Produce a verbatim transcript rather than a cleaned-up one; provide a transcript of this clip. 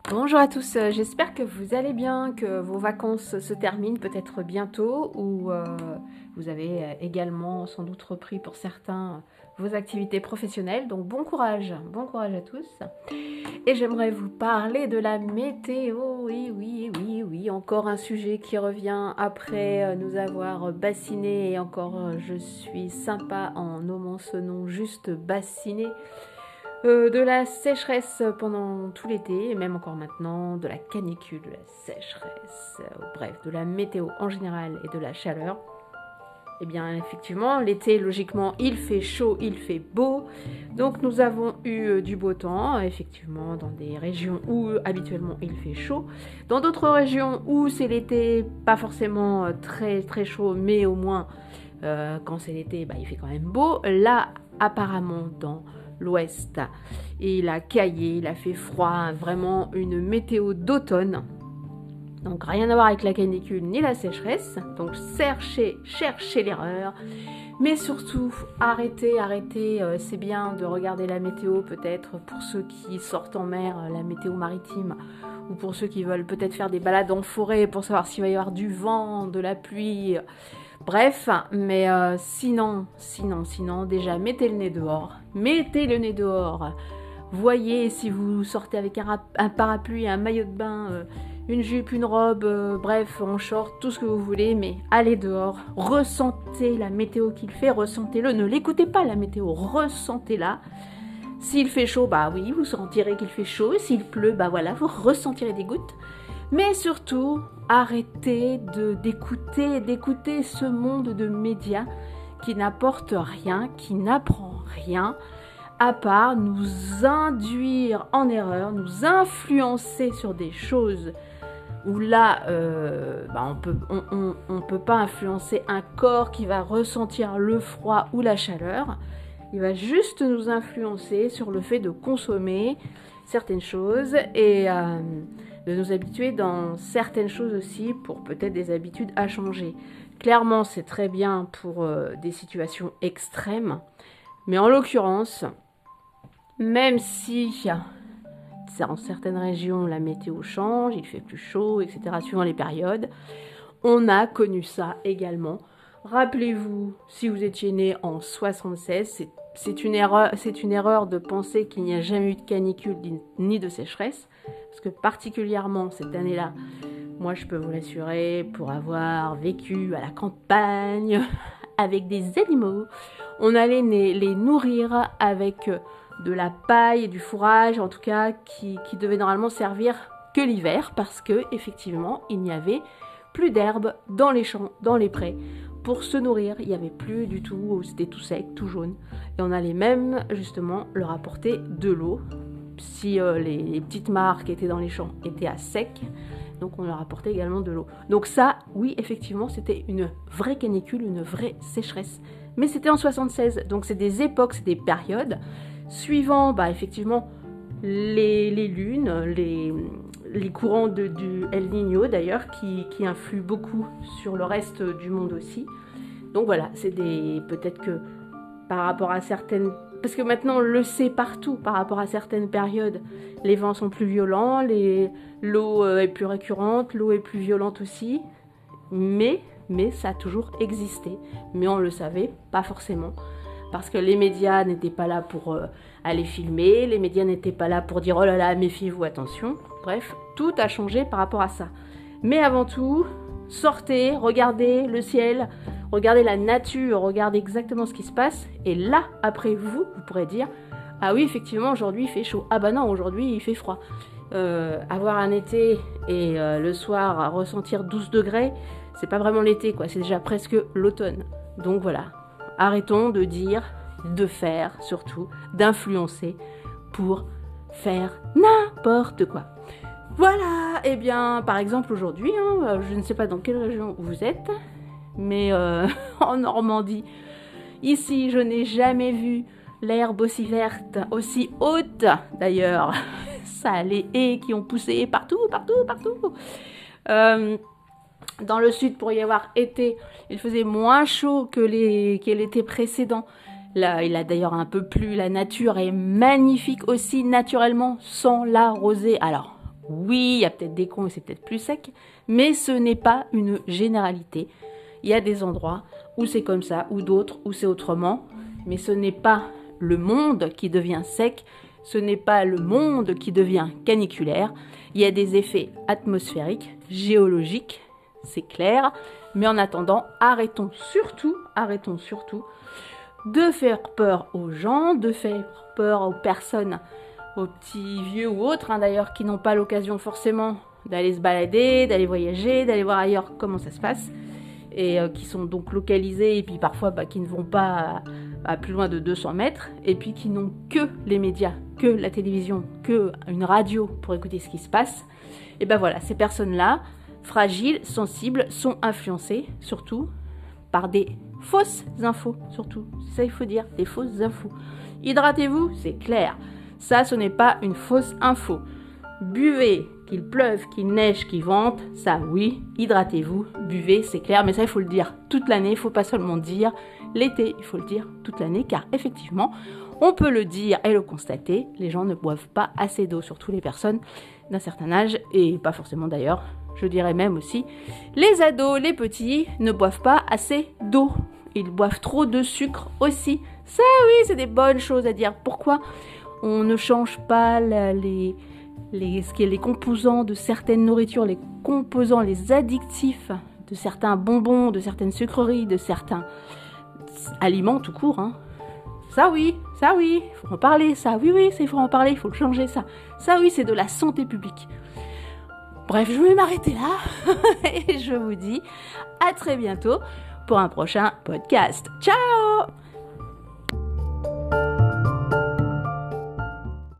Bonjour à tous, euh, j'espère que vous allez bien, que vos vacances se terminent peut-être bientôt ou euh, vous avez euh, également sans doute repris pour certains vos activités professionnelles. Donc bon courage, bon courage à tous. Et j'aimerais vous parler de la météo. Oui, oui, oui, oui, encore un sujet qui revient après euh, nous avoir bassiné. Et encore, euh, je suis sympa en nommant ce nom juste bassiné. Euh, de la sécheresse pendant tout l'été, et même encore maintenant, de la canicule, de la sécheresse, euh, bref, de la météo en général et de la chaleur. Eh bien, effectivement, l'été, logiquement, il fait chaud, il fait beau. Donc, nous avons eu euh, du beau temps, effectivement, dans des régions où euh, habituellement il fait chaud. Dans d'autres régions où c'est l'été, pas forcément euh, très très chaud, mais au moins, euh, quand c'est l'été, bah, il fait quand même beau. Là, apparemment, dans l'ouest, il a caillé, il a fait froid, vraiment une météo d'automne. Donc rien à voir avec la canicule ni la sécheresse. Donc cherchez, cherchez l'erreur. Mais surtout, arrêtez, arrêtez. Euh, c'est bien de regarder la météo peut-être pour ceux qui sortent en mer, la météo maritime, ou pour ceux qui veulent peut-être faire des balades en forêt pour savoir s'il va y avoir du vent, de la pluie. Bref, mais euh, sinon, sinon, sinon, déjà mettez le nez dehors. Mettez le nez dehors. Voyez si vous sortez avec un, un parapluie, un maillot de bain, euh, une jupe, une robe, euh, bref, en short, tout ce que vous voulez, mais allez dehors, ressentez la météo qu'il fait, ressentez-le, ne l'écoutez pas la météo, ressentez-la. S'il fait chaud, bah oui, vous sentirez qu'il fait chaud, s'il pleut, bah voilà, vous ressentirez des gouttes. Mais surtout, arrêtez de, d'écouter, d'écouter ce monde de médias qui n'apporte rien, qui n'apprend rien, à part nous induire en erreur, nous influencer sur des choses où là, euh, bah on peut, on, on, on peut pas influencer un corps qui va ressentir le froid ou la chaleur. Il va juste nous influencer sur le fait de consommer certaines choses et euh, de nous habituer dans certaines choses aussi pour peut-être des habitudes à changer. Clairement, c'est très bien pour euh, des situations extrêmes, mais en l'occurrence, même si dans certaines régions la météo change, il fait plus chaud, et cetera, suivant les périodes, on a connu ça également. Rappelez-vous, si vous étiez né en soixante-seize, c'est, c'est, une erreur, c'est une erreur de penser qu'il n'y a jamais eu de canicule ni de sécheresse, parce que particulièrement cette année-là, moi je peux vous l'assurer, pour avoir vécu à la campagne, avec des animaux, on allait les nourrir avec de la paille et du fourrage, en tout cas, qui, qui devait normalement servir que l'hiver, parce que effectivement, il n'y avait plus d'herbe dans les champs, dans les prés. Pour se nourrir, il n'y avait plus du tout, c'était tout sec, tout jaune. Et on allait même, justement, leur apporter de l'eau. Si euh, les, les petites mares qui étaient dans les champs étaient à sec, donc on leur apportait également de l'eau. Donc ça, oui, effectivement, c'était une vraie canicule, une vraie sécheresse. Mais c'était en soixante-seize, donc c'est des époques, c'est des périodes. Suivant, bah, effectivement, les, les lunes, les, les courants de, du El Niño d'ailleurs, qui, qui influent beaucoup sur le reste du monde aussi. Donc voilà, c'est des, peut-être que par rapport à certaines, parce que maintenant on le sait partout, par rapport à certaines périodes, les vents sont plus violents, les, l'eau est plus récurrente, l'eau est plus violente aussi, mais, mais ça a toujours existé, mais on le savait pas forcément. Parce que les médias n'étaient pas là pour euh, aller filmer, les médias n'étaient pas là pour dire « Oh là là, méfiez-vous, attention ». Bref, tout a changé par rapport à ça. Mais avant tout, sortez, regardez le ciel, regardez la nature, regardez exactement ce qui se passe. Et là, après vous, vous pourrez dire « Ah oui, effectivement, aujourd'hui il fait chaud. Ah bah non, aujourd'hui il fait froid. Euh, » Avoir un été et euh, le soir à ressentir douze degrés, c'est pas vraiment l'été, quoi. C'est déjà presque l'automne. Donc voilà. Arrêtons de dire, de faire surtout, d'influencer pour faire n'importe quoi. Voilà, et eh bien par exemple aujourd'hui, hein, je ne sais pas dans quelle région vous êtes, mais euh, en Normandie, ici je n'ai jamais vu l'herbe aussi verte, aussi haute d'ailleurs. Ça, les haies qui ont poussé partout, partout, partout. Euh, Dans le sud, pour y avoir été, il faisait moins chaud que, les, que l'été précédent. Là, il a d'ailleurs un peu plu. La nature est magnifique aussi, naturellement, sans la rosée. Alors, Oui, il y a peut-être des cons et c'est peut-être plus sec, mais ce n'est pas une généralité. Il y a des endroits où c'est comme ça, ou d'autres où c'est autrement, mais ce n'est pas le monde qui devient sec, ce n'est pas le monde qui devient caniculaire. Il y a des effets atmosphériques, géologiques, c'est clair, mais en attendant, arrêtons surtout, arrêtons surtout de faire peur aux gens, de faire peur aux personnes, aux petits vieux ou autres, hein, d'ailleurs, qui n'ont pas l'occasion forcément d'aller se balader, d'aller voyager, d'aller voir ailleurs comment ça se passe, et euh, qui sont donc localisés, et puis parfois bah, qui ne vont pas à, à plus loin de deux cents mètres, et puis qui n'ont que les médias, que la télévision, que une radio pour écouter ce qui se passe. Et ben voilà, ces personnes-là, fragiles, sensibles, sont influencées, surtout, par des fausses infos, surtout. C'est ça il faut dire, des fausses infos. Hydratez-vous, c'est clair. Ça, ce n'est pas une fausse info. Buvez, qu'il pleuve, qu'il neige, qu'il vente, ça oui, hydratez-vous, buvez, c'est clair, mais ça il faut le dire toute l'année, il ne faut pas seulement dire l'été, il faut le dire toute l'année, car effectivement, on peut le dire et le constater, les gens ne boivent pas assez d'eau, surtout les personnes d'un certain âge, et pas forcément d'ailleurs, je dirais même aussi, les ados, les petits ne boivent pas assez d'eau, ils boivent trop de sucre aussi, ça oui, c'est des bonnes choses à dire. Pourquoi on ne change pas la, les... Les, ce qui est les composants de certaines nourritures, les composants, les addictifs de certains bonbons, de certaines sucreries, de certains aliments tout court. Hein. Ça oui, ça oui, il faut en parler, ça oui, oui, il faut en parler, il faut le changer, ça. Ça oui, c'est de la santé publique. Bref, je vais m'arrêter là et je vous dis à très bientôt pour un prochain podcast. Ciao!